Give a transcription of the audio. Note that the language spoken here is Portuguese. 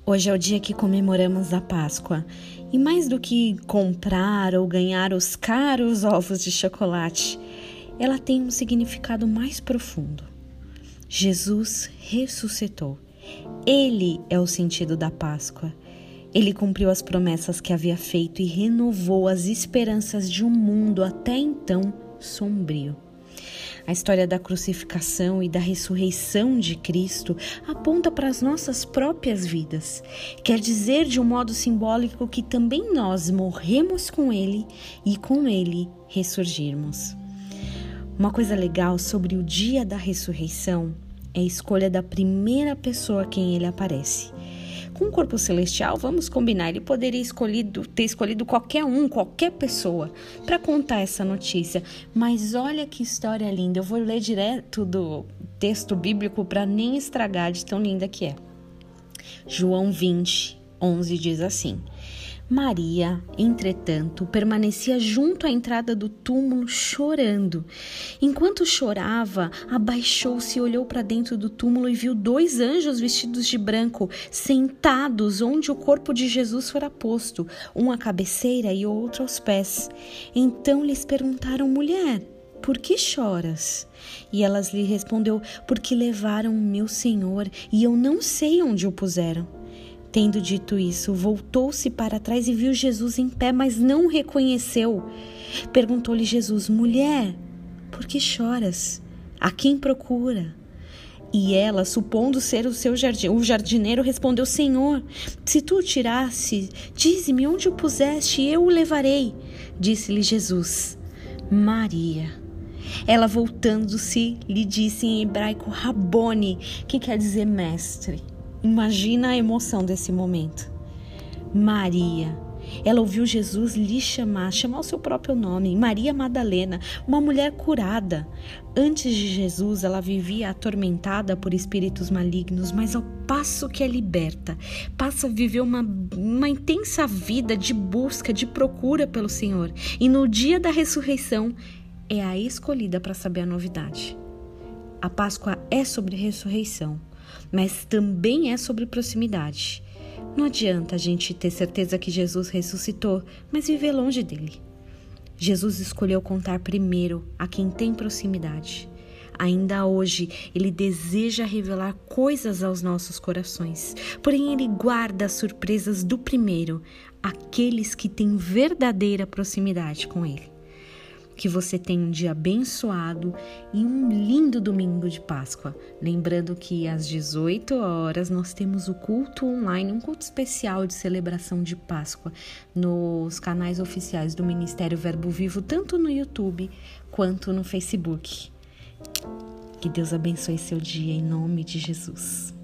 Hoje é o dia que comemoramos a Páscoa e mais do que comprar ou ganhar os caros ovos de chocolate, ela tem um significado mais profundo. Jesus ressuscitou. Ele é o sentido da Páscoa. Ele cumpriu as promessas que havia feito e renovou as esperanças de um mundo até então sombrio. A história da crucificação e da ressurreição de Cristo aponta para as nossas próprias vidas. Quer dizer, de um modo simbólico, que também nós morremos com Ele e com Ele ressurgirmos. Uma coisa legal sobre o dia da ressurreição é a escolha da primeira pessoa a quem Ele aparece. Com o corpo celestial, vamos combinar, ele poderia ter escolhido qualquer pessoa para contar essa notícia. Mas olha que história linda, eu vou ler direto do texto bíblico para nem estragar de tão linda que é. João 20:11 diz assim: Maria, entretanto, permanecia junto à entrada do túmulo chorando. Enquanto chorava, abaixou-se e olhou para dentro do túmulo e viu 2 anjos vestidos de branco, sentados onde o corpo de Jesus fora posto, um à cabeceira e outro aos pés. Então lhes perguntaram: mulher, por que choras? E elas lhe respondeu: porque levaram o meu Senhor e eu não sei onde o puseram. Tendo dito isso, voltou-se para trás e viu Jesus em pé, mas não o reconheceu. Perguntou-lhe Jesus: mulher, por que choras? A quem procura? E ela, supondo ser o jardineiro, respondeu: Senhor, se tu o tirasse, dize-me onde o puseste e eu o levarei. Disse-lhe Jesus: Maria. Ela, voltando-se, lhe disse em hebraico Rabone, que quer dizer mestre. Imagina a emoção desse momento. Maria. Ela ouviu Jesus lhe chamar o seu próprio nome, Maria Madalena, uma mulher curada. Antes de Jesus, ela vivia atormentada por espíritos malignos, mas ao passo que é liberta, passa a viver uma intensa vida de busca, de procura pelo Senhor. E no dia da ressurreição, é a escolhida para saber a novidade. A Páscoa é sobre ressurreição, mas também é sobre proximidade. Não adianta a gente ter certeza que Jesus ressuscitou, mas viver longe dele. Jesus escolheu contar primeiro a quem tem proximidade. Ainda hoje, ele deseja revelar coisas aos nossos corações, porém ele guarda as surpresas do primeiro, aqueles que têm verdadeira proximidade com ele. Que você tenha um dia abençoado e um lindo domingo de Páscoa. Lembrando que às 18 horas nós temos o culto online, um culto especial de celebração de Páscoa nos canais oficiais do Ministério Verbo Vivo, tanto no YouTube quanto no Facebook. Que Deus abençoe seu dia em nome de Jesus.